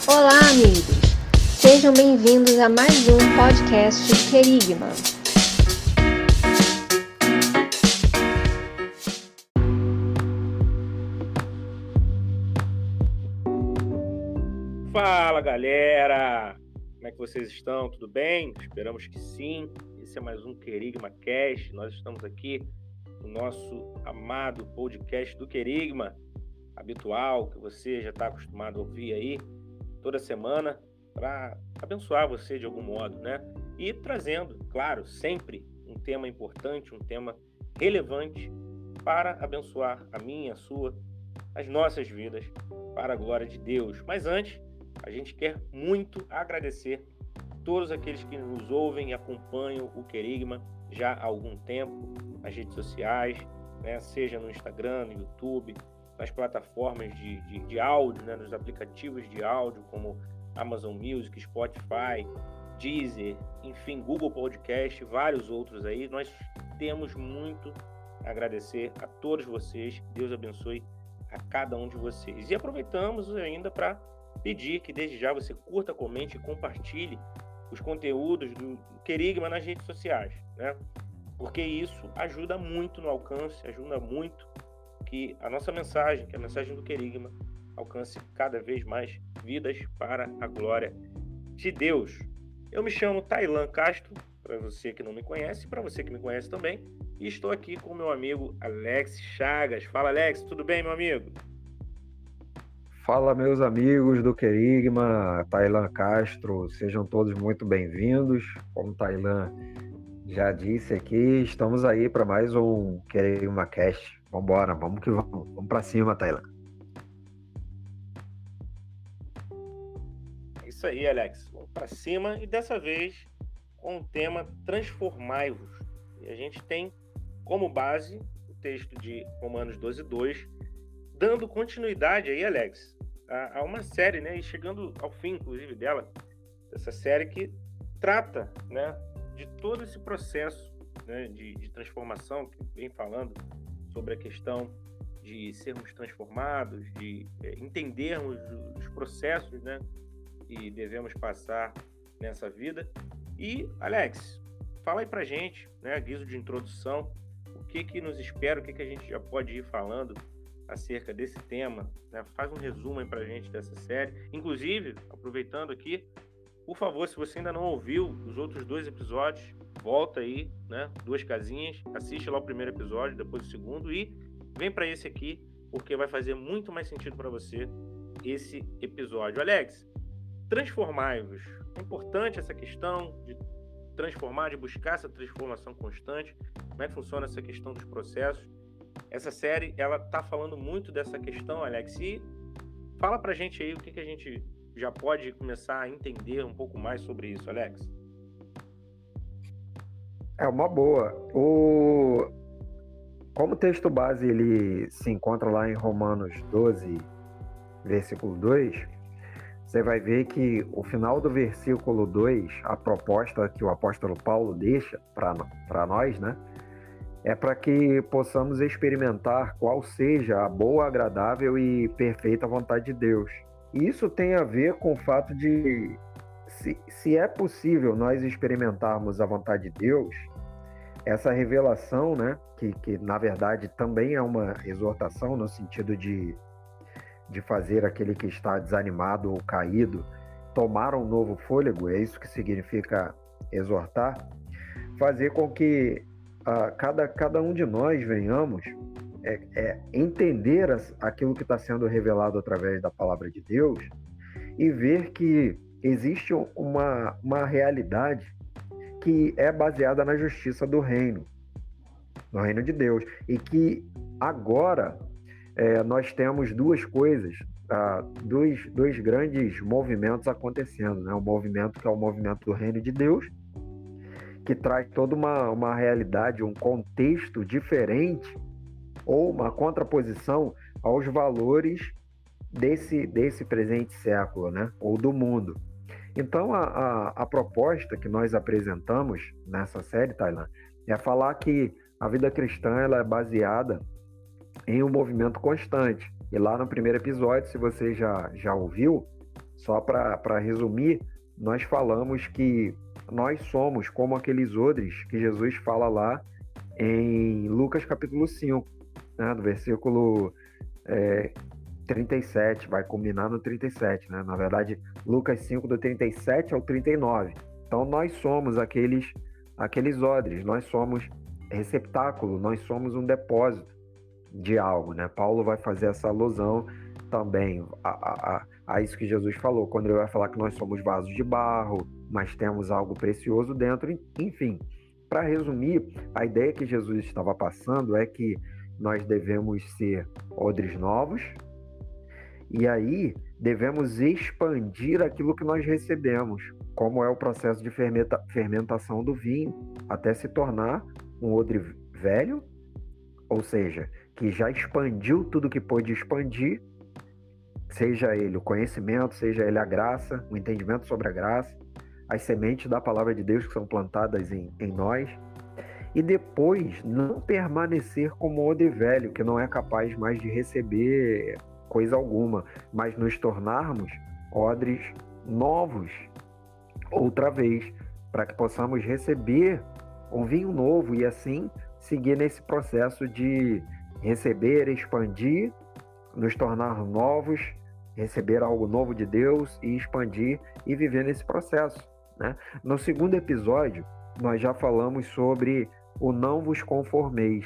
Olá, amigos! Sejam bem-vindos a mais um podcast Querigma. Fala, galera! Como é que vocês estão? Tudo bem? Esperamos que sim. Esse é mais um Querigma Cast. Nós estamos aqui no nosso amado podcast do Querigma, habitual, que você já está acostumado a ouvir aí toda semana, para abençoar você de algum modo, né? E trazendo, claro, sempre um tema importante, um tema relevante para abençoar a minha, a sua, as nossas vidas, para a glória de Deus. Mas antes, a gente quer muito agradecer todos aqueles que nos ouvem e acompanham o Querigma já há algum tempo nas redes sociais, né? Seja no Instagram, no YouTube, nas plataformas de áudio, né? Nos aplicativos de áudio como Amazon Music, Spotify, Deezer, enfim, Google Podcast, vários outros aí. Nós temos muito a agradecer a todos vocês. Deus abençoe a cada um de vocês. E aproveitamos ainda para pedir que desde já você curta, comente e compartilhe os conteúdos do Querigma nas redes sociais, né? Porque isso ajuda muito no alcance, ajuda muito que a nossa mensagem, que a mensagem do Querigma, alcance cada vez mais vidas para a glória de Deus. Eu me chamo Tailan Castro, para você que não me conhece, e para você que me conhece também, e estou aqui com o meu amigo Alex Chagas. Fala, Alex, tudo bem, meu amigo? Fala, meus amigos do Querigma, Tailan Castro, sejam todos muito bem-vindos. Como Tailan já disse aqui, estamos aí para mais um Querigma Cast. Vambora, vamos que vamos. Vamos para cima, Tailan. É isso aí, Alex. Vamos para cima e dessa vez com o tema Transformai-vos. E a gente tem como base o texto de Romanos 12:2, dando continuidade aí, Alex, a uma série, né? E chegando ao fim, inclusive, dessa série que trata, né, de todo esse processo, né, de transformação, que vem falando sobre a questão de sermos transformados, de entendermos os processos, né, que devemos passar nessa vida. E, Alex, fala aí pra gente, né, a guisa de introdução, o que nos espera, o que a gente já pode ir falando acerca desse tema, né? Faz um resumo aí pra gente dessa série. Inclusive, aproveitando aqui, por favor, se você ainda não ouviu os outros 2 episódios, volta aí, né? 2 casinhas, assiste lá o primeiro episódio, depois o segundo e vem para esse aqui, porque vai fazer muito mais sentido para você esse episódio. Alex, transformai-vos. É importante essa questão de transformar, de buscar essa transformação constante. Como é que funciona essa questão dos processos? Essa série, ela tá falando muito dessa questão, Alex, e fala pra gente aí o que a gente já pode começar a entender um pouco mais sobre isso, Alex. É uma boa. Como o texto base ele se encontra lá em Romanos 12, versículo 2, você vai ver que o final do versículo 2, a proposta que o apóstolo Paulo deixa para nós, né? É para que possamos experimentar qual seja a boa, agradável e perfeita vontade de Deus. E isso tem a ver com o fato de, se é possível nós experimentarmos a vontade de Deus, essa revelação, né, que na verdade também é uma exortação no sentido de fazer aquele que está desanimado ou caído tomar um novo fôlego, é isso que significa exortar, fazer com que cada um de nós venhamos entender aquilo que está sendo revelado através da palavra de Deus e ver que existe uma realidade que é baseada na justiça do reino, no reino de Deus, e que agora nós temos duas coisas, dois grandes movimentos acontecendo, né? Um movimento que é o movimento do reino de Deus, que traz toda uma realidade, um contexto diferente ou uma contraposição aos valores desse presente século, né? Ou do mundo. Então, a proposta que nós apresentamos nessa série, Tailan, é falar que a vida cristã ela é baseada em um movimento constante. E lá no primeiro episódio, se você já ouviu, Só para resumir, nós falamos que nós somos como aqueles odres que Jesus fala lá em Lucas capítulo 5, né, do versículo 37, vai culminar no 37, né? Na verdade, Lucas 5, do 37 ao 39. Então, nós somos aqueles odres, nós somos receptáculo, nós somos um depósito de algo, né? Paulo vai fazer essa alusão também a isso que Jesus falou, quando ele vai falar que nós somos vasos de barro, mas temos algo precioso dentro. Enfim, para resumir, a ideia que Jesus estava passando é que nós devemos ser odres novos, e aí devemos expandir aquilo que nós recebemos, como é o processo de fermentação do vinho, até se tornar um odre velho, ou seja, que já expandiu tudo que pôde expandir, seja ele o conhecimento, seja ele a graça, o entendimento sobre a graça, as sementes da palavra de Deus que são plantadas em nós, e depois não permanecer como odre velho, que não é capaz mais de receber coisa alguma, mas nos tornarmos odres novos outra vez, para que possamos receber um vinho novo e assim seguir nesse processo de receber, expandir, nos tornar novos, receber algo novo de Deus e expandir e viver nesse processo, né? No segundo episódio, nós já falamos sobre o não vos conformeis,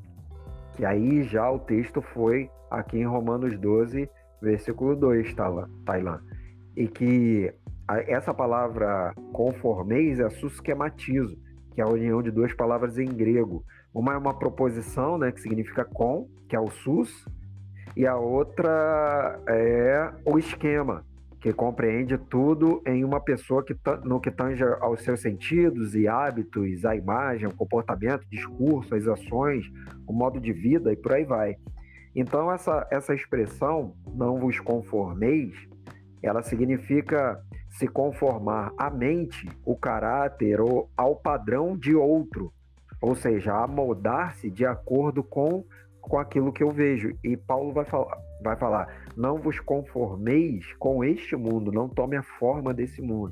que aí já o texto foi aqui em Romanos 12, versículo 2, Tailan. E que essa palavra conformeis é susquematizo, que é a união de duas palavras em grego. Uma é uma proposição, né, que significa com, que é o sus, e a outra é o esquema, que compreende tudo em uma pessoa no que tange aos seus sentidos e hábitos, a imagem, o comportamento, discurso, as ações, o modo de vida e por aí vai. Então, essa expressão, não vos conformeis, ela significa se conformar à mente, o caráter ou ao padrão de outro, ou seja, amoldar-se de acordo com aquilo que eu vejo. E Paulo vai falar, não vos conformeis com este mundo, não tome a forma desse mundo.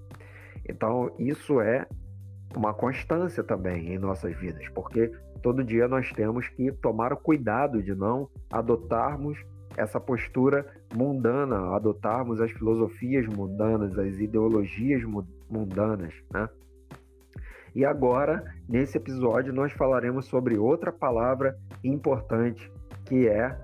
Então, isso é uma constância também em nossas vidas, porque todo dia nós temos que tomar o cuidado de não adotarmos essa postura mundana, adotarmos as filosofias mundanas, as ideologias mundanas, né? E agora, nesse episódio, nós falaremos sobre outra palavra importante, que é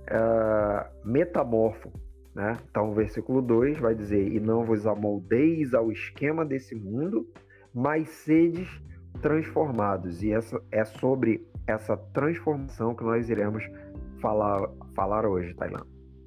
metamorfo, né? Então, o versículo 2 vai dizer, e não vos amoldeis ao esquema desse mundo, mas sedes transformados. E é sobre essa transformação que nós iremos falar hoje, Tailan.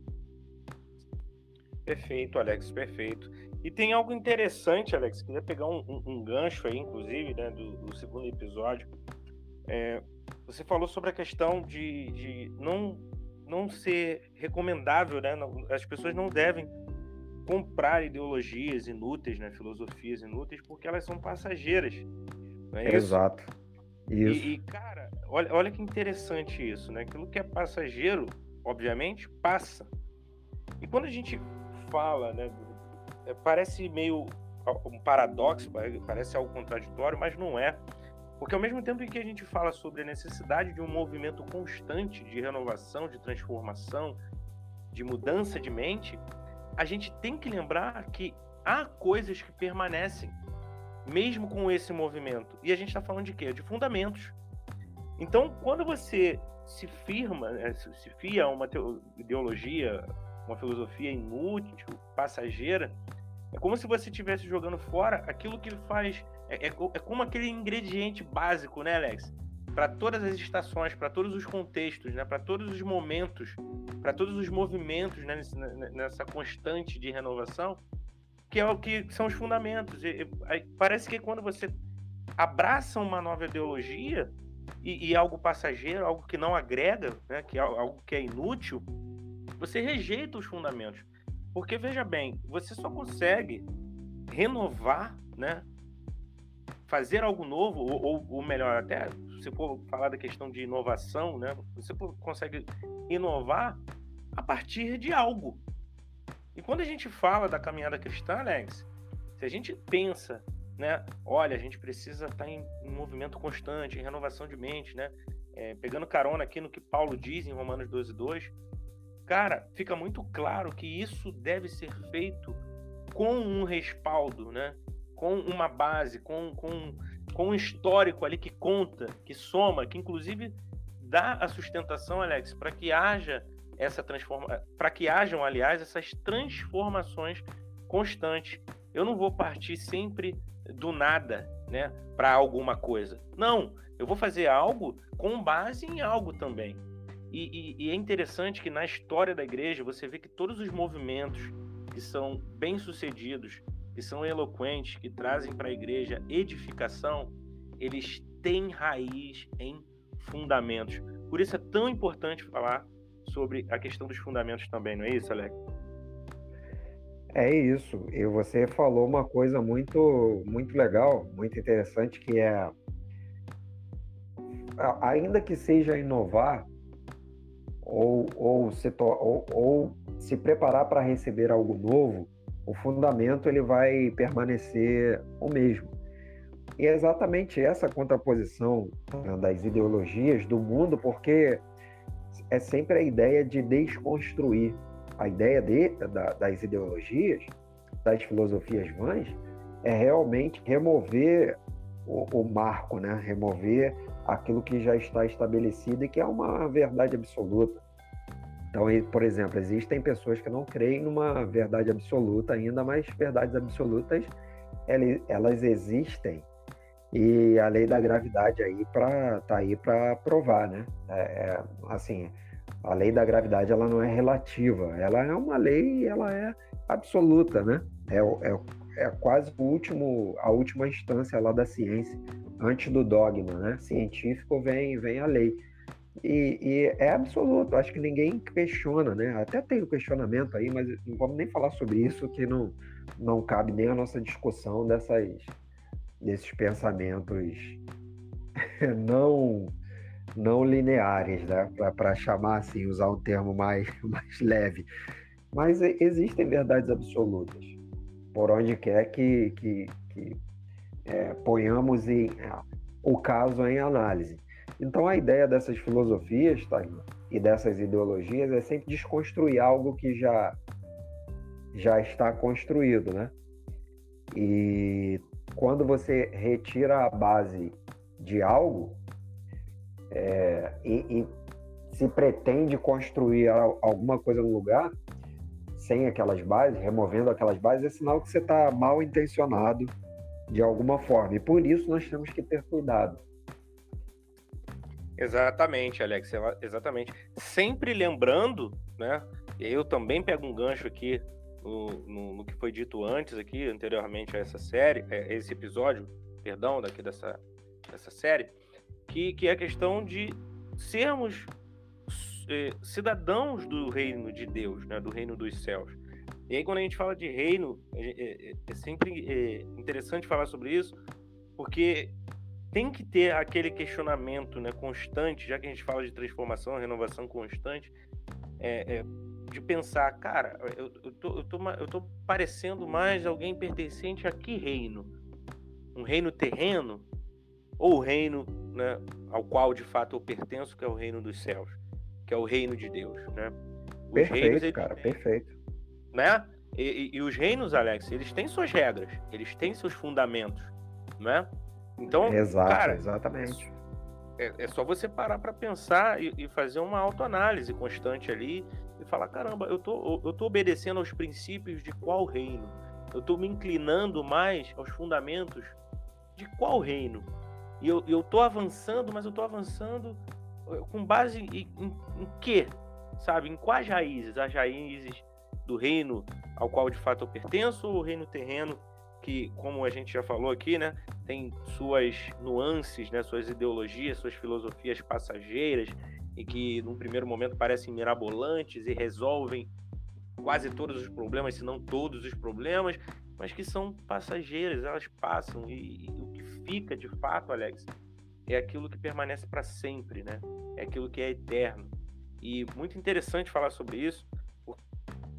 Perfeito, Alex, perfeito. E tem algo interessante, Alex, queria pegar um gancho aí, inclusive, né, do segundo episódio. Você falou sobre a questão de não ser recomendável, né? As pessoas não devem comprar ideologias inúteis, né, filosofias inúteis, porque elas são passageiras. Não é isso? Exato. Isso. E, cara, olha que interessante isso, né? Aquilo que é passageiro, obviamente, passa. E quando a gente fala, né, parece meio um paradoxo, parece algo contraditório, mas não é. Porque ao mesmo tempo em que a gente fala sobre a necessidade de um movimento constante de renovação, de transformação, de mudança de mente, a gente tem que lembrar que há coisas que permanecem, mesmo com esse movimento. E a gente está falando de quê? De fundamentos. Então, quando você se fia a uma ideologia, uma filosofia inútil, passageira, é como se você estivesse jogando fora aquilo que faz... É como aquele ingrediente básico, né, Alex? Para todas as estações, para todos os contextos, né? Para todos os momentos, para todos os movimentos, né? Nessa constante de renovação, que é o que são os fundamentos. Parece que quando você abraça uma nova ideologia e algo passageiro, algo que não agrega, né? Que é algo que é inútil, você rejeita os fundamentos. Porque, veja bem, você só consegue renovar, né? Fazer algo novo, ou melhor, até se for falar da questão de inovação, né? Você consegue inovar a partir de algo. E quando a gente fala da caminhada cristã, Alex, se a gente pensa, né, olha, a gente precisa estar em movimento constante, em renovação de mente, né, pegando carona aqui no que Paulo diz em Romanos 12:2, cara, fica muito claro que isso deve ser feito com um respaldo, né, com uma base, com um histórico ali que conta, que soma, que inclusive dá a sustentação, Alex, para que haja aliás, essas transformações constantes. Eu não vou partir sempre do nada, né, para alguma coisa. Não, eu vou fazer algo com base em algo também. E é interessante que na história da igreja você vê que todos os movimentos que são bem-sucedidos, que são eloquentes, que trazem para a igreja edificação, eles têm raiz em fundamentos. Por isso é tão importante falar sobre a questão dos fundamentos também, não é isso, Alex? É isso. E você falou uma coisa muito, muito legal, muito interessante, que é, ainda que seja inovar ou se preparar para receber algo novo, o fundamento ele vai permanecer o mesmo. E é exatamente essa contraposição, né, das ideologias do mundo, porque é sempre a ideia de desconstruir. A ideia das ideologias, das filosofias vãs, é realmente remover o marco, né? Remover aquilo que já está estabelecido e que é uma verdade absoluta. Então, por exemplo, existem pessoas que não creem numa verdade absoluta ainda, mas verdades absolutas, elas existem. E a lei da gravidade tá aí para provar, né? Assim, a lei da gravidade ela não é relativa, ela é uma lei, ela é absoluta, né? É quase a última instância lá da ciência, antes do dogma, né? Científico vem a lei. E é absoluto, acho que ninguém questiona, né? Até tem o questionamento aí, mas não vamos nem falar sobre isso, que não cabe nem a nossa discussão desses pensamentos não lineares, né? Para chamar assim, usar um termo mais leve. Mas existem verdades absolutas, por onde quer que ponhamos o caso em análise. Então a ideia dessas filosofias, tá, e dessas ideologias é sempre desconstruir algo que já está construído, né? E quando você retira a base de algo e se pretende construir alguma coisa no lugar sem aquelas bases, removendo aquelas bases, é sinal que você está mal intencionado de alguma forma. E por isso nós temos que ter cuidado. Exatamente, Alex, exatamente. Sempre lembrando, né? E eu também pego um gancho aqui no que foi dito antes aqui, anteriormente a essa série, esse episódio, perdão, daqui dessa série, que é a questão de sermos cidadãos do reino de Deus, né? Do reino dos céus. E aí quando a gente fala de reino, é sempre interessante falar sobre isso, porque tem que ter aquele questionamento, né, constante, já que a gente fala de transformação, renovação constante, de pensar, cara, eu tô parecendo mais alguém pertencente a que reino? Um reino terreno? Ou o reino, né, ao qual de fato eu pertenço, que é o reino dos céus, que é o reino de Deus, né? Perfeito, cara, perfeito. Né? E os reinos, Alex, eles têm suas regras, eles têm seus fundamentos, né? Então, exato, cara, exatamente. É só você parar para pensar e fazer uma autoanálise constante ali e falar, caramba, eu tô obedecendo aos princípios de qual reino? Eu tô me inclinando mais aos fundamentos de qual reino? E eu tô avançando, mas eu tô avançando com base em quê? Sabe? Em quais raízes? As raízes do reino ao qual de fato eu pertenço ou o reino terreno que, como a gente já falou aqui, né, tem suas nuances, né, suas ideologias, suas filosofias passageiras e que num primeiro momento parecem mirabolantes e resolvem quase todos os problemas, se não todos os problemas, mas que são passageiras, elas passam e o que fica de fato, Alex, é aquilo que permanece para sempre, né? É aquilo que é eterno. E muito interessante falar sobre isso,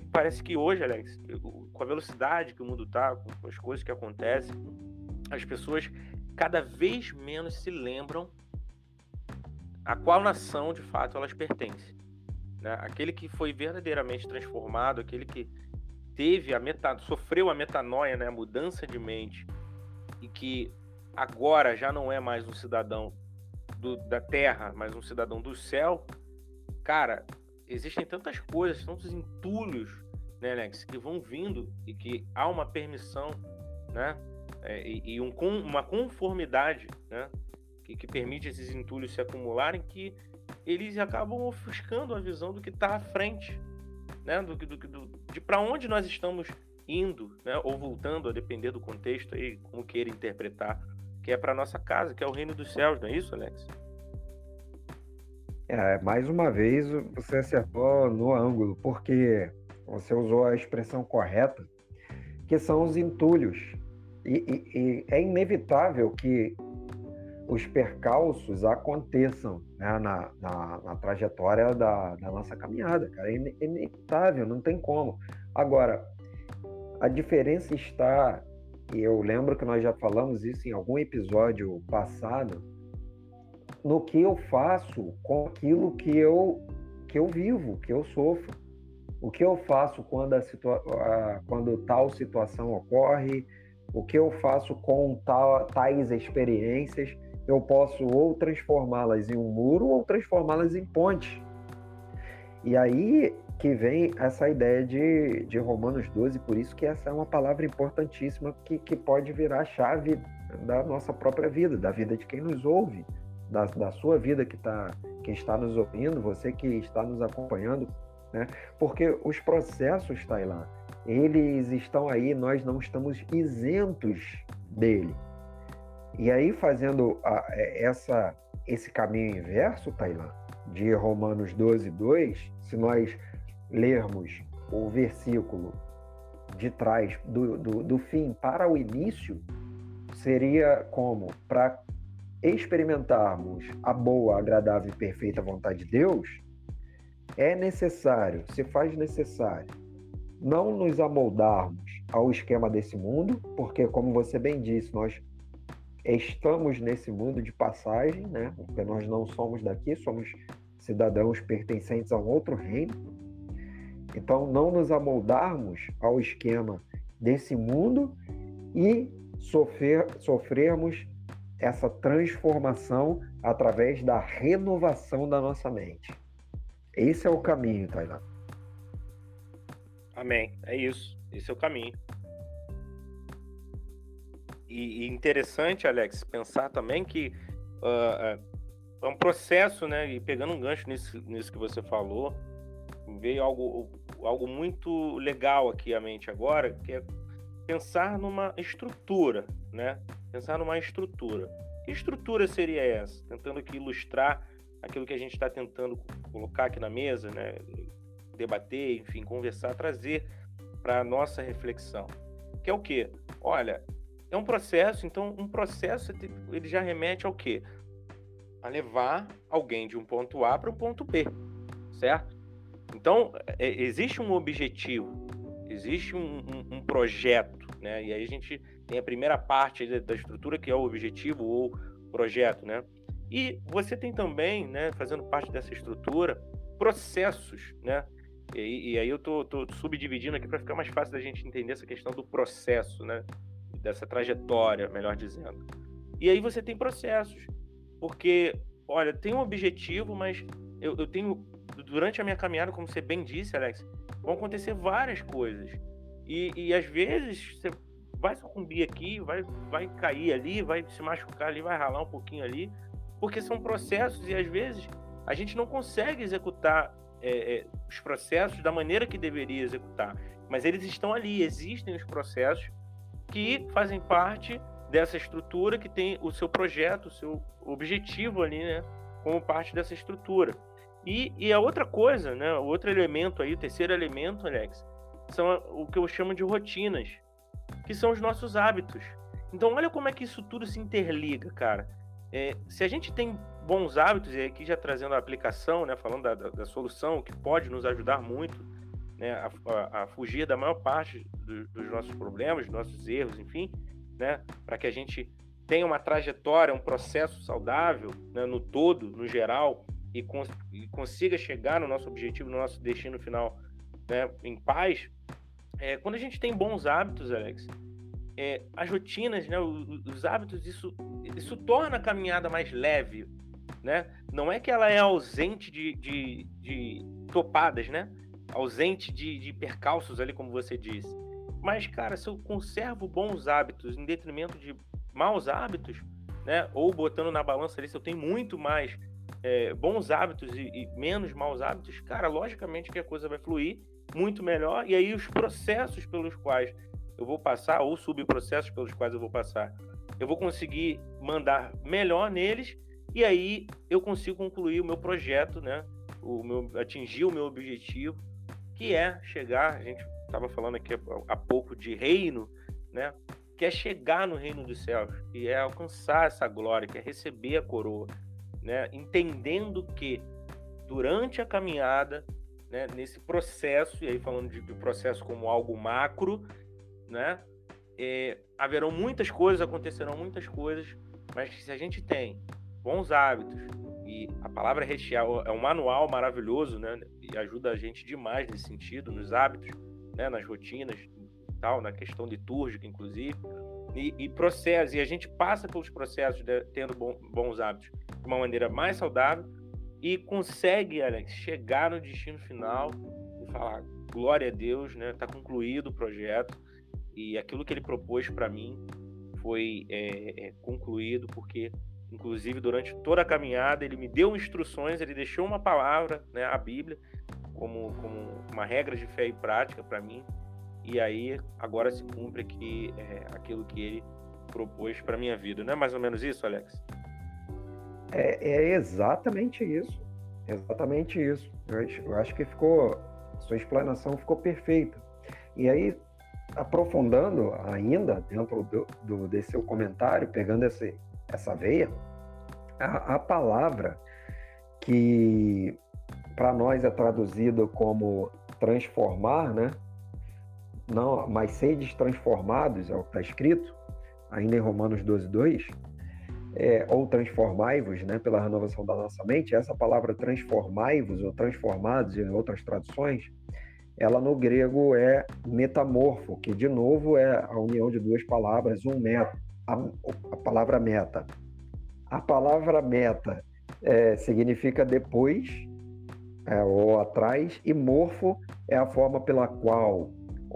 parece que hoje, Alex, com a velocidade que o mundo está, com as coisas que acontecem, as pessoas cada vez menos se lembram a qual nação, de fato, elas pertencem. Né? Aquele que foi verdadeiramente transformado, aquele que teve sofreu a metanoia, né? A mudança de mente, e que agora já não é mais um cidadão da terra, mas um cidadão do céu. Cara, existem tantas coisas, tantos entulhos, né, Alex, que vão vindo e que há uma permissão, né, uma conformidade, né, que permite esses entulhos se acumularem, que eles acabam ofuscando a visão do que está à frente, né, de para onde nós estamos indo, né, ou voltando, a depender do contexto aí, como queira interpretar, que é para nossa casa, que é o reino dos céus, não é isso, Alex? Mais uma vez você acertou no ângulo, porque você usou a expressão correta, que são os entulhos. E é inevitável que os percalços aconteçam, né, na trajetória da nossa caminhada, cara. É inevitável, não tem como. Agora, a diferença está, e eu lembro que nós já falamos isso em algum episódio passado, no que eu faço com aquilo que eu vivo, que eu sofro. O que eu faço quando tal situação ocorre, o que eu faço com tais experiências, eu posso ou transformá-las em um muro ou transformá-las em ponte. E aí que vem essa ideia de Romanos 12, por isso que essa é uma palavra importantíssima que pode virar a chave da nossa própria vida, da vida de quem nos ouve, da sua vida quem está nos ouvindo, você que está nos acompanhando, né? Porque os processos, Tailã, eles estão aí, nós não estamos isentos dele. E aí, fazendo esse caminho inverso, Tailã, de Romanos 12, 2, se nós lermos o versículo de trás, do fim para o início, seria como para experimentarmos a boa, agradável e perfeita vontade de Deus, se faz necessário não nos amoldarmos ao esquema desse mundo, porque, como você bem disse, nós estamos nesse mundo de passagem, né? Porque nós não somos daqui, somos cidadãos pertencentes a um outro reino. Então, não nos amoldarmos ao esquema desse mundo e sofrermos essa transformação através da renovação da nossa mente. Esse é o caminho, Tailã. Amém. É isso. Esse é o caminho. E interessante, Alex, pensar também que é um processo, né? E pegando um gancho nisso que você falou, veio algo muito legal aqui à mente agora, que é pensar numa estrutura, né? Pensar numa estrutura. Que estrutura seria essa? Tentando aqui ilustrar aquilo que a gente está tentando colocar aqui na mesa, né? Debater, enfim, conversar, trazer para a nossa reflexão. Que é o quê? Olha, é um processo, então um processo ele já remete ao quê? A levar alguém de um ponto A para um ponto B, certo? Então, existe um objetivo, existe um projeto, né? E aí a gente tem a primeira parte da estrutura, que é o objetivo ou projeto, né? E você tem também, né, fazendo parte dessa estrutura, processos, né? E aí eu tô subdividindo aqui para ficar mais fácil da gente entender essa questão do processo, né? Dessa trajetória, melhor dizendo. E aí você tem processos, porque, olha, tem um objetivo, mas eu tenho, durante a minha caminhada, como você bem disse, Alex, vão acontecer várias coisas. E às vezes você vai sucumbir aqui, vai cair ali, vai se machucar ali, vai ralar um pouquinho ali, porque são processos e às vezes a gente não consegue executar os processos da maneira que deveria executar. Mas eles estão ali, existem os processos que fazem parte dessa estrutura, que tem o seu projeto, o seu objetivo ali, né, como parte dessa estrutura. E a outra coisa, né, o outro elemento aí, o terceiro elemento, Alex, são o que eu chamo de rotinas, que são os nossos hábitos. Então, olha como é que isso tudo se interliga, cara. Se a gente tem bons hábitos, e aqui já trazendo a aplicação, né, falando da solução, que pode nos ajudar muito né, a fugir da maior parte dos nossos problemas, dos nossos erros, enfim, né, para que a gente tenha uma trajetória, um processo saudável, né, no todo, no geral, e consiga chegar no nosso objetivo, no nosso destino final, né, em paz. Quando a gente tem bons hábitos, Alex, as rotinas, né, os hábitos, isso torna a caminhada mais leve, né? Não é que ela é ausente de topadas, né? Ausente de percalços ali, como você disse. Mas, cara, se eu conservo bons hábitos em detrimento de maus hábitos, né? Ou botando na balança ali, se eu tenho muito mais bons hábitos e menos maus hábitos, cara, logicamente que a coisa vai fluir muito melhor. E aí os processos pelos quais eu vou passar, ou subprocessos pelos quais eu vou passar, eu vou conseguir mandar melhor neles, e aí eu consigo concluir o meu projeto, né? Atingir o meu objetivo, que é chegar, a gente estava falando aqui há pouco de reino, né? Que é chegar no reino dos céus, que é alcançar essa glória, que é receber a coroa, né? Entendendo que durante a caminhada, né, nesse processo, e aí falando de processo como algo macro, né? Haverão muitas coisas, acontecerão muitas coisas, mas que se a gente tem bons hábitos, e a palavra rechear é um manual maravilhoso, né? E ajuda a gente demais nesse sentido, nos hábitos, né? Nas rotinas, tal, na questão litúrgica, inclusive, e processos, e a gente passa pelos processos tendo bons hábitos de uma maneira mais saudável e consegue, Alex, chegar no destino final e falar, glória a Deus, né? Está concluído o projeto, e aquilo que ele propôs para mim foi concluído, porque inclusive durante toda a caminhada ele me deu instruções, ele deixou uma palavra, né, a Bíblia, como uma regra de fé e prática para mim, e aí agora se cumpre aqui aquilo que ele propôs para minha vida. Não é mais ou menos isso, Alex? É exatamente isso. Exatamente isso. Eu acho que sua explanação ficou perfeita. E aí, aprofundando ainda dentro desse seu comentário, pegando essa veia, a palavra que para nós é traduzida como transformar, né? Não, mas sedes transformados, é o que está escrito, ainda em Romanos 12:2, ou transformai-vos, né, pela renovação da nossa mente. Essa palavra transformai-vos ou transformados, em outras traduções, ela no grego é metamorfo, que de novo é a união de duas palavras, a palavra meta. A palavra meta significa depois, ou atrás, e morfo é a forma pela qual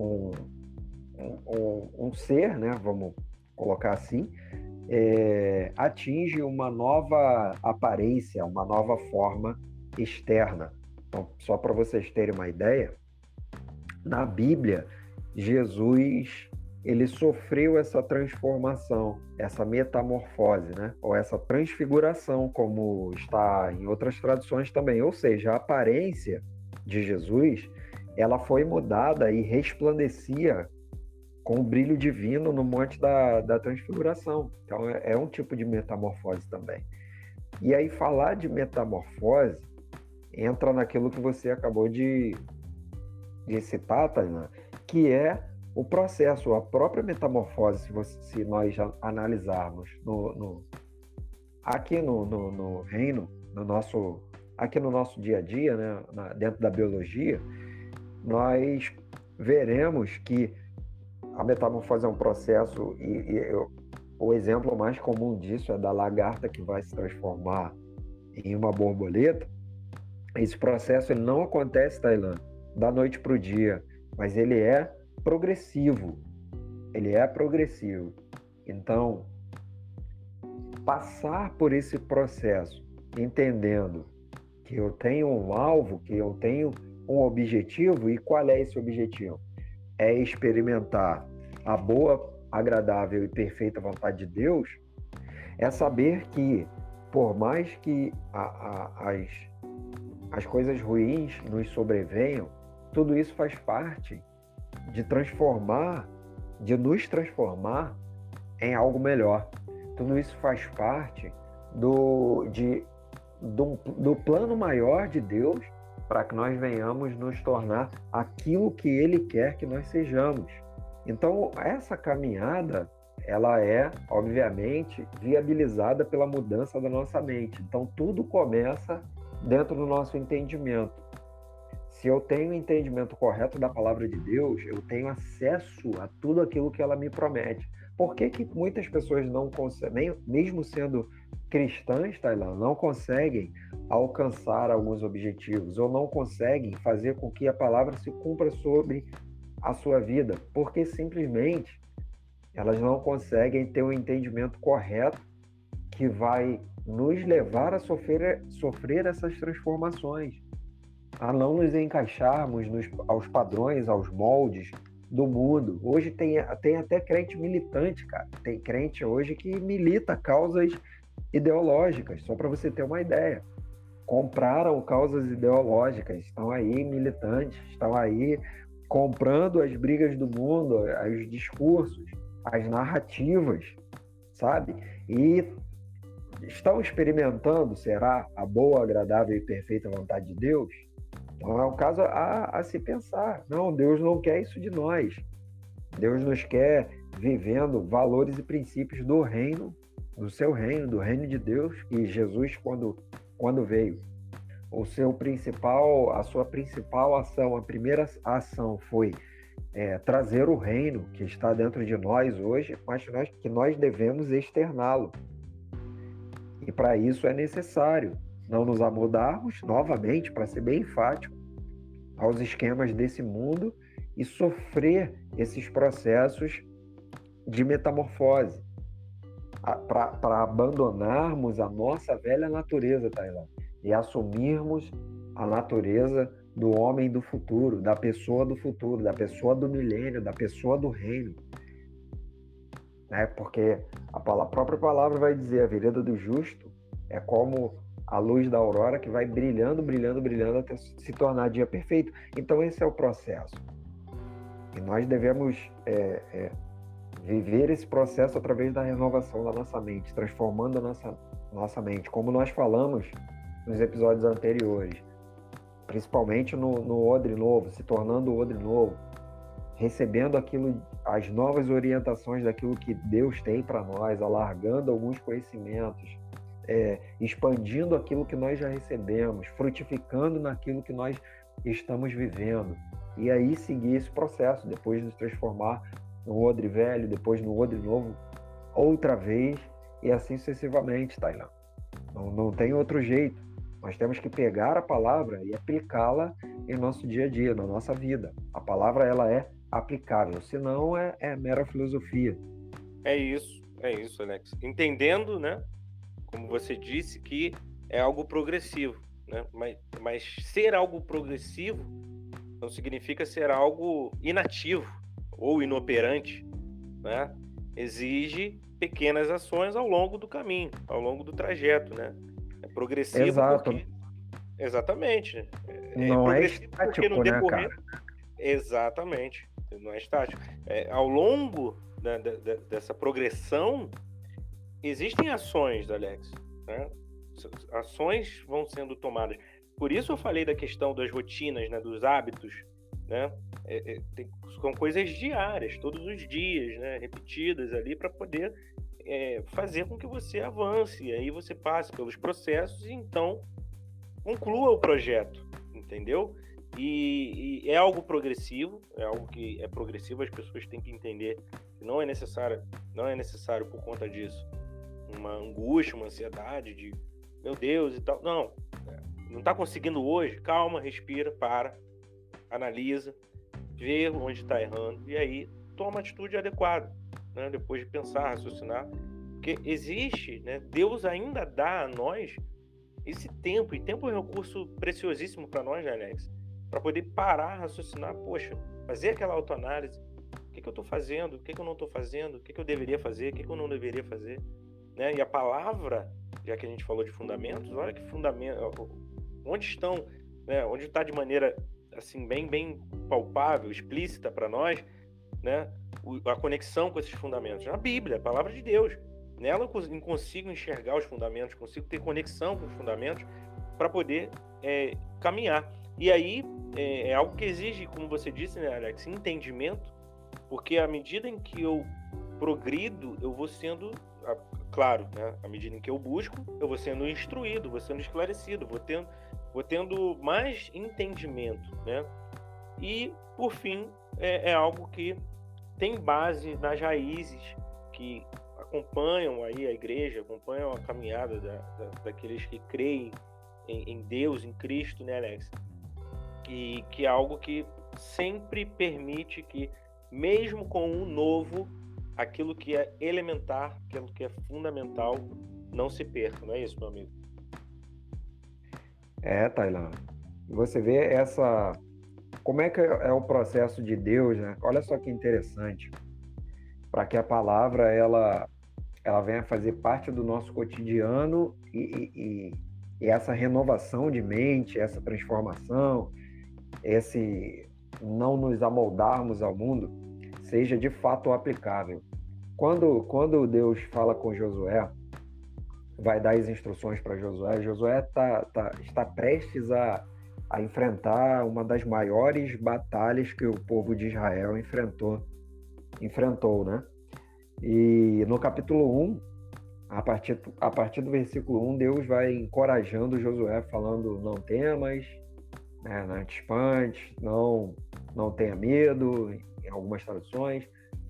um ser, né, vamos colocar assim, atinge uma nova aparência, uma nova forma externa. Então, só para vocês terem uma ideia, na Bíblia, Jesus ele sofreu essa transformação, essa metamorfose, né? Ou essa transfiguração, como está em outras traduções também. Ou seja, a aparência de Jesus, ela foi mudada e resplandecia com o brilho divino no monte da transfiguração. Então, é um tipo de metamorfose também. E aí, falar de metamorfose entra naquilo que você acabou de citar, Tainá, que é o processo, a própria metamorfose, se nós já analisarmos aqui no reino, aqui no nosso dia a dia, né, dentro da biologia, nós veremos que a metamorfose é um processo, o exemplo mais comum disso é da lagarta que vai se transformar em uma borboleta. Esse processo ele não acontece, Tailã, da noite para o dia, mas ele é progressivo. Então, passar por esse processo, entendendo que eu tenho um alvo, que eu tenho um objetivo, e qual é esse objetivo? É experimentar a boa, agradável e perfeita vontade de Deus, é saber que, por mais que as coisas ruins nos sobrevenham, tudo isso faz parte de nos transformar em algo melhor. Tudo isso faz parte do plano maior de Deus para que nós venhamos nos tornar aquilo que Ele quer que nós sejamos. Então, essa caminhada, ela é, obviamente, viabilizada pela mudança da nossa mente. Então, tudo começa dentro do nosso entendimento. Se eu tenho o entendimento correto da palavra de Deus, eu tenho acesso a tudo aquilo que ela me promete. Por que que muitas pessoas não conseguem, mesmo sendo cristãs, Tailã, não conseguem alcançar alguns objetivos ou não conseguem fazer com que a palavra se cumpra sobre a sua vida? Porque simplesmente elas não conseguem ter o entendimento correto que vai nos levar a sofrer essas transformações, a não nos encaixarmos aos padrões, aos moldes do mundo. Hoje tem até crente militante, cara. Tem crente hoje que milita causas ideológicas, só para você ter uma ideia. Compraram causas ideológicas, estão aí militantes, estão aí comprando as brigas do mundo, os discursos, as narrativas, sabe? E estão experimentando, será, a boa, agradável e perfeita vontade de Deus? Então é um caso a se pensar. Não, Deus não quer isso de nós. Deus nos quer vivendo valores e princípios do reino, do seu reino, do reino de Deus. E Jesus, quando veio, a sua principal ação, a primeira ação foi trazer o reino que está dentro de nós hoje, mas que nós devemos externá-lo. E para isso é necessário não nos amoldarmos, novamente, para ser bem enfático, aos esquemas desse mundo e sofrer esses processos de metamorfose, para abandonarmos a nossa velha natureza, Tailã, e assumirmos a natureza do homem do futuro, da pessoa do milênio, da pessoa do reino. Porque a própria palavra vai dizer: a vereda do justo é como a luz da aurora que vai brilhando, brilhando, brilhando até se tornar dia perfeito. Então esse é o processo. E nós devemos viver esse processo através da renovação da nossa mente, transformando a nossa mente, como nós falamos nos episódios anteriores, principalmente no odre novo, se tornando o odre novo, recebendo as novas orientações daquilo que Deus tem para nós, alargando alguns conhecimentos, expandindo aquilo que nós já recebemos, frutificando naquilo que nós estamos vivendo, e aí seguir esse processo, depois de nos transformar no odre velho, depois no odre novo, outra vez, e assim sucessivamente, Tailã. Não tem outro jeito. Nós temos que pegar a palavra e aplicá-la em nosso dia a dia, na nossa vida. A palavra, ela é aplicável, senão é mera filosofia. É isso, Alex. Entendendo, né, como você disse, que é algo progressivo, né? Mas ser algo progressivo não significa ser algo inativo ou inoperante, né? Exige pequenas ações ao longo do caminho, ao longo do trajeto, né? É progressivo. Exato. Porque... Exatamente. Não é progressivo estático, porque no decorrer... né, cara? Exatamente. Não é estático. Ao longo dessa progressão, existem ações, Alex, né? Ações vão sendo tomadas. Por isso eu falei da questão das rotinas, né, dos hábitos, né? São coisas diárias, todos os dias, né, repetidas ali para poder fazer com que você avance, e aí você passe pelos processos e então conclua o projeto, entendeu? E é algo progressivo, é algo que é progressivo, as pessoas têm que entender que não é necessário por conta disso uma angústia, uma ansiedade de meu Deus e tal. Não está conseguindo hoje, calma, respira, analisa, vê onde está errando e aí toma a atitude adequada, né? Depois de pensar, raciocinar, porque existe, né? Deus ainda dá a nós esse tempo, e tempo é um recurso preciosíssimo para nós, né, Alex? Para poder parar, raciocinar, poxa, fazer aquela autoanálise, o que eu estou fazendo, o que eu não estou fazendo, o que eu deveria fazer, o que eu não deveria fazer, né? E a palavra, já que a gente falou de fundamentos, olha que fundamento, onde estão, né? Onde está de maneira assim bem palpável, explícita para nós, né? A conexão com esses fundamentos, na Bíblia, a palavra de Deus. Nela eu consigo enxergar os fundamentos, consigo ter conexão com os fundamentos para poder caminhar. E aí é algo que exige, como você disse, né, Alex, entendimento, porque à medida em que eu progrido, eu vou sendo, claro, né, à medida em que eu busco, eu vou sendo instruído, vou sendo esclarecido, vou tendo mais entendimento, né? E, por fim, é algo que tem base nas raízes que acompanham aí a igreja, acompanham a caminhada daqueles que creem em Deus, em Cristo, né, Alex? E que é algo que sempre permite que, mesmo com o novo, aquilo que é elementar, aquilo que é fundamental, não se perca, não é isso, meu amigo? Tailan. Você vê como é que é o processo de Deus, né? Olha só que interessante. Para que a palavra ela venha fazer parte do nosso cotidiano e essa renovação de mente, essa transformação, esse não nos amoldarmos ao mundo, seja de fato aplicável. Quando Deus fala com Josué, vai dar as instruções para Josué, Josué está prestes a enfrentar uma das maiores batalhas que o povo de Israel enfrentou, né? E no capítulo 1, a partir do versículo 1, Deus vai encorajando Josué, falando: não temas, né, não te espantes, não tenha medo, em algumas traduções.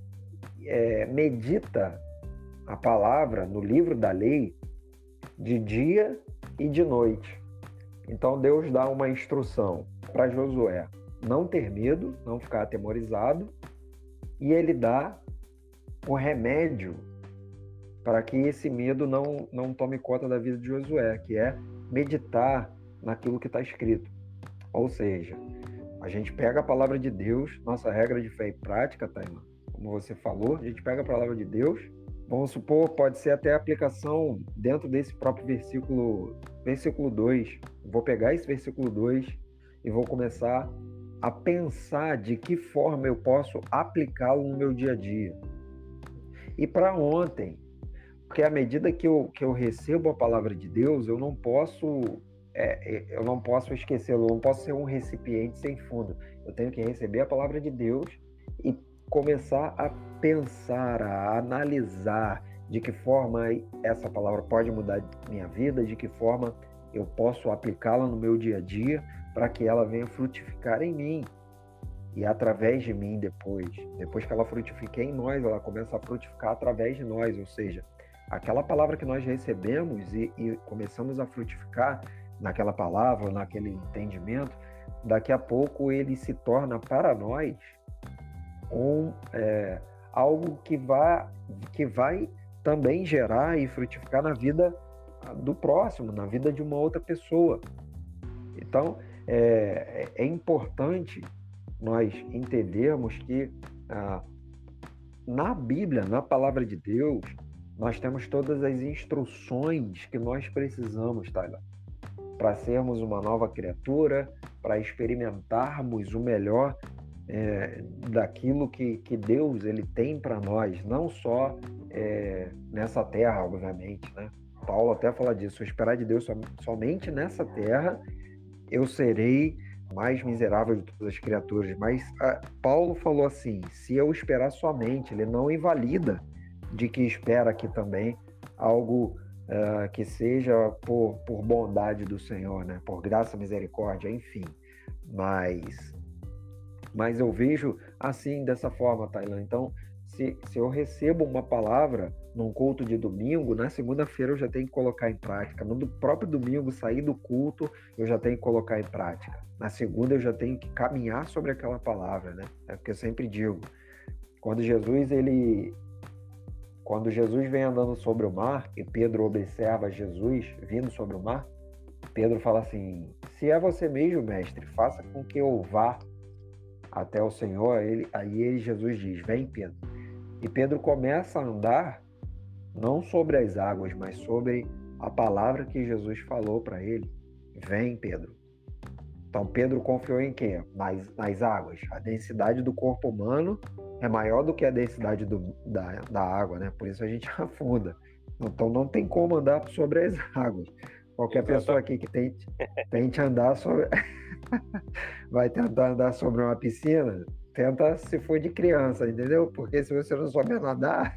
Medita a palavra no livro da lei de dia e de noite. Então Deus dá uma instrução para Josué não ter medo, não ficar atemorizado, e ele dá o remédio para que esse medo não tome conta da vida de Josué, que é meditar naquilo que está escrito. Ou seja, a gente pega a palavra de Deus, nossa regra de fé e prática, Taima, como você falou, a gente pega a palavra de Deus, vamos supor, pode ser até a aplicação dentro desse próprio versículo 2. Vou pegar esse versículo 2 e vou começar a pensar de que forma eu posso aplicá-lo no meu dia a dia. E para ontem, porque à medida que eu recebo a palavra de Deus, eu não posso esquecê-lo, eu não posso ser um recipiente sem fundo. Eu tenho que receber a palavra de Deus e começar a pensar, a analisar de que forma essa palavra pode mudar minha vida, de que forma eu posso aplicá-la no meu dia a dia para que ela venha frutificar em mim e através de mim depois que ela frutifica em nós, ela começa a frutificar através de nós, ou seja, aquela palavra que nós recebemos e começamos a frutificar naquela palavra, naquele entendimento, daqui a pouco ele se torna para nós algo que vai também gerar e frutificar na vida do próximo, na vida de uma outra pessoa. Então, é importante nós entendermos que na Bíblia, na palavra de Deus, nós temos todas as instruções que nós precisamos, Tyler, para sermos uma nova criatura, para experimentarmos o melhor daquilo que Deus ele tem para nós, não só nessa terra, obviamente, né? Paulo até fala disso: esperar de Deus somente nessa terra, eu serei mais miserável de todas as criaturas. Mas Paulo falou assim: se eu esperar somente, ele não invalida de que espera aqui também algo que seja por bondade do Senhor, né? Por graça, misericórdia, enfim. Mas eu vejo assim, dessa forma, Tailan. Então, se eu recebo uma palavra num culto de domingo, na segunda-feira eu já tenho que colocar em prática. No próprio domingo, sair do culto, eu já tenho que colocar em prática. Na segunda, eu já tenho que caminhar sobre aquela palavra, né? É porque eu sempre digo, quando Jesus vem andando sobre o mar e Pedro observa Jesus vindo sobre o mar, Pedro fala assim: se é você mesmo, mestre, faça com que eu vá até o Senhor. Aí Jesus diz: vem, Pedro. E Pedro começa a andar não sobre as águas, mas sobre a palavra que Jesus falou para ele: vem, Pedro. Então Pedro confiou em quê? Nas águas. A densidade do corpo humano é maior do que a densidade da água, né? Por isso a gente afunda. Então não tem como andar sobre as águas. Qualquer pessoa aqui que tente andar vai tentar andar sobre uma piscina, tenta se for de criança, entendeu? Porque se você não souber nadar...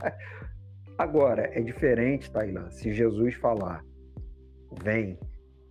Agora, é diferente, Tailã, se Jesus falar, vem,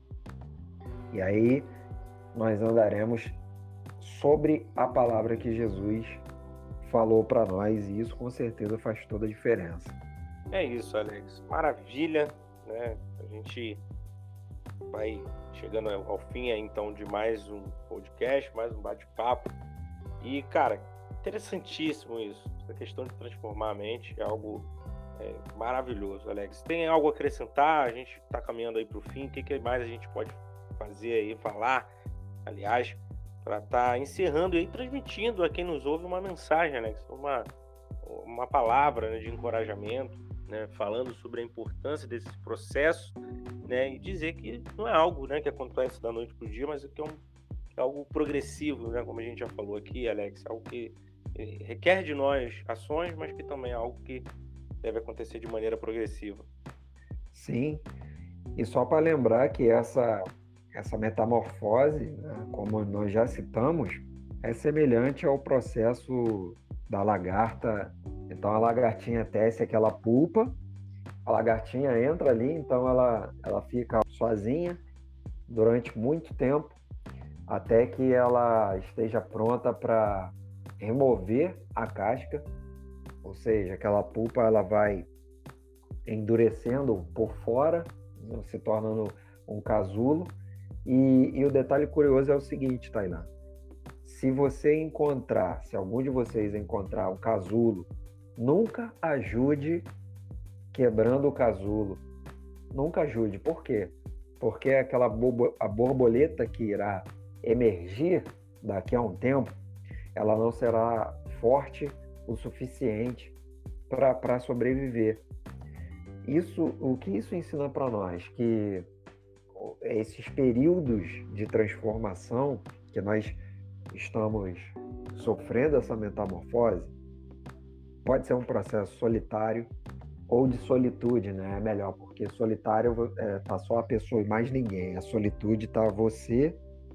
e aí nós andaremos sobre a palavra que Jesus falou para nós, e isso com certeza faz toda a diferença. É isso, Alex. Maravilha, né? A gente vai chegando ao fim aí, então, de mais um podcast, mais um bate-papo. E, cara, interessantíssimo isso. Essa questão de transformar a mente é algo maravilhoso, Alex. Tem algo a acrescentar? A gente está caminhando aí para o fim. O que mais a gente pode fazer aí, falar, aliás, para estar encerrando e transmitindo a quem nos ouve uma mensagem, Alex, uma palavra, né, de encorajamento, né, falando sobre a importância desse processo, né, e dizer que não é algo, né, que acontece da noite para o dia, mas que é algo progressivo, né, como a gente já falou aqui, Alex, algo que requer de nós ações, mas que também é algo que deve acontecer de maneira progressiva. Sim, e só para lembrar que essa metamorfose, né, como nós já citamos, é semelhante ao processo da lagarta. Então a lagartinha tece aquela pulpa, a lagartinha entra ali, então ela fica sozinha durante muito tempo, até que ela esteja pronta para remover a casca, ou seja, aquela pulpa ela vai endurecendo por fora, se tornando um casulo. E o detalhe curioso é o seguinte, Tainá. Se algum de vocês encontrar um casulo, nunca ajude quebrando o casulo. Nunca ajude. Por quê? Porque a borboleta que irá emergir daqui a um tempo, ela não será forte o suficiente para sobreviver. O que isso ensina para nós? Que esses períodos de transformação que nós estamos sofrendo essa metamorfose pode ser um processo solitário ou de solitude, né? É melhor, porque solitário tá só a pessoa e mais ninguém. A solitude tá você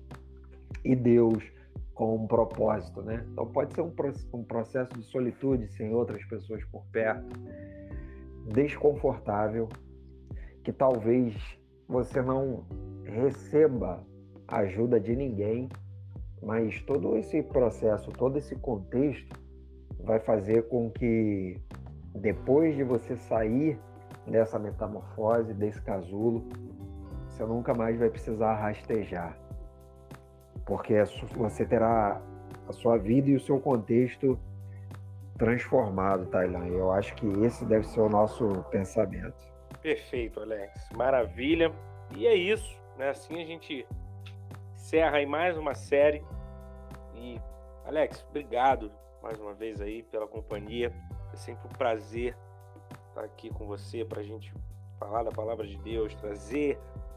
e Deus com um propósito, né? Então pode ser um processo de solitude sem outras pessoas por perto, desconfortável, que talvez você não receba ajuda de ninguém, mas todo esse processo, todo esse contexto vai fazer com que depois de você sair dessa metamorfose, desse casulo, você nunca mais vai precisar rastejar, porque você terá a sua vida e o seu contexto transformado, Tailã. Eu acho que esse deve ser o nosso pensamento. Perfeito, Alex. Maravilha. E é isso, né? Assim a gente encerra aí mais uma série. E, Alex, obrigado mais uma vez aí pela companhia. É sempre um prazer estar aqui com você para a gente falar da palavra de Deus, trazer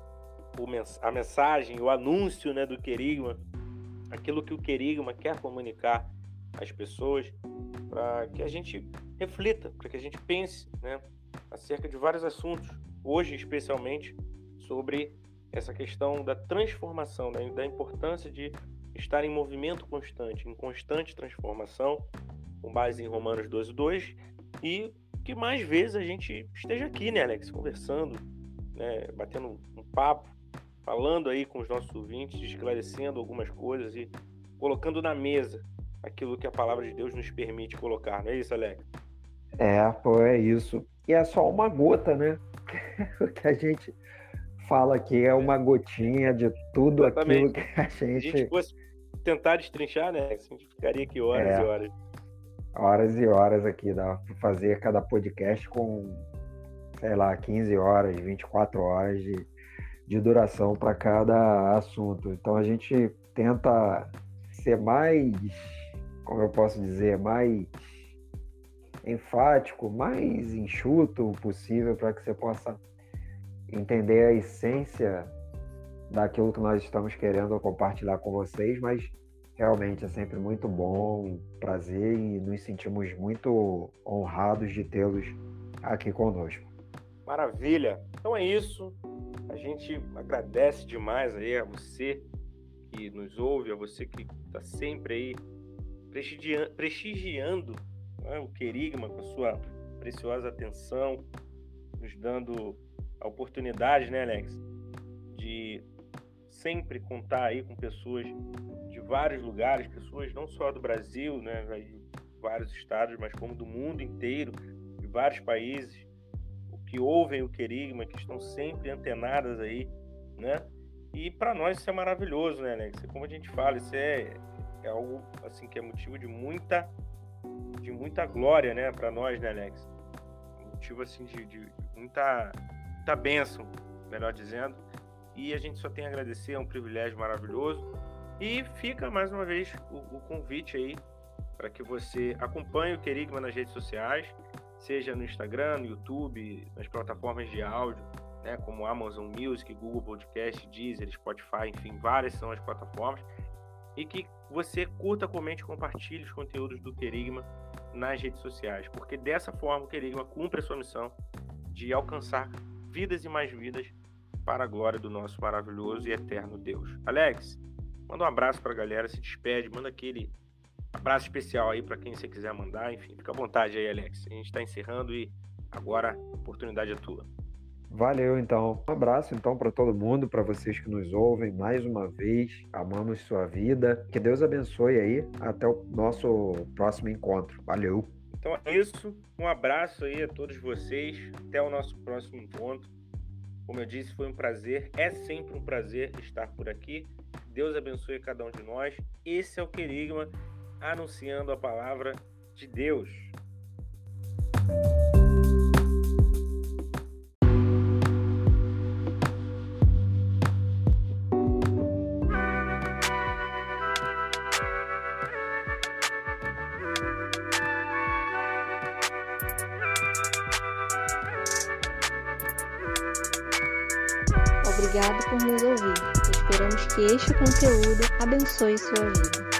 a mensagem, o anúncio, né, do Querigma, aquilo que o Querigma quer comunicar às pessoas, para que a gente reflita, para que a gente pense, né, acerca de vários assuntos, hoje especialmente sobre essa questão da transformação, né, da importância de estar em movimento constante, em constante transformação, com base em Romanos 12:2, e que mais vezes a gente esteja aqui, né, Alex, conversando, né, batendo um papo, falando aí com os nossos ouvintes, esclarecendo algumas coisas e colocando na mesa aquilo que a palavra de Deus nos permite colocar, não é isso, Alex? É isso. E é só uma gota, né? O que a gente fala aqui é uma gotinha de tudo. Exatamente. Aquilo que a gente... Se a gente fosse tentar destrinchar, né? A gente ficaria aqui horas e horas. Horas e horas aqui, dá para fazer cada podcast com, sei lá, 15 horas, 24 horas de duração para cada assunto. Então a gente tenta ser mais, como eu posso dizer, mais enfático, mais enxuto possível, para que você possa entender a essência daquilo que nós estamos querendo compartilhar com vocês, mas realmente é sempre muito bom, prazer, e nos sentimos muito honrados de tê-los aqui conosco. Maravilha! Então é isso. A gente agradece demais aí a você que nos ouve, a você que está sempre aí prestigiando, né, o Querigma com a sua preciosa atenção, nos dando a oportunidade, né, Alex, de sempre contar aí com pessoas de vários lugares, pessoas não só do Brasil, né, de vários estados, mas como do mundo inteiro, de vários países, que ouvem o Querigma, que estão sempre antenadas aí, né? E para nós isso é maravilhoso, né, Alex? Como a gente fala, isso é algo assim que é motivo de muita glória, né, para nós, né, Alex? Motivo assim de muita bênção, melhor dizendo. E a gente só tem a agradecer, é um privilégio maravilhoso. E fica mais uma vez o convite aí para que você acompanhe o Querigma nas redes sociais, seja no Instagram, no YouTube, nas plataformas de áudio, né, como Amazon Music, Google Podcast, Deezer, Spotify, enfim, várias são as plataformas. E que você curta, comente e compartilhe os conteúdos do Querigma nas redes sociais, porque dessa forma o Querigma cumpre a sua missão de alcançar vidas e mais vidas para a glória do nosso maravilhoso e eterno Deus. Alex, manda um abraço para a galera, se despede, manda aquele abraço especial aí para quem você quiser mandar, enfim, fica à vontade aí, Alex. A gente está encerrando e agora a oportunidade é tua. Valeu, então. Um abraço, então, para todo mundo, para vocês que nos ouvem mais uma vez. Amamos sua vida. Que Deus abençoe aí. Até o nosso próximo encontro. Valeu. Então é isso. Um abraço aí a todos vocês. Até o nosso próximo encontro. Como eu disse, foi um prazer. É sempre um prazer estar por aqui. Deus abençoe cada um de nós. Esse é o Querigma, anunciando a palavra de Deus. Obrigado por nos ouvir. Esperamos que este conteúdo abençoe sua vida.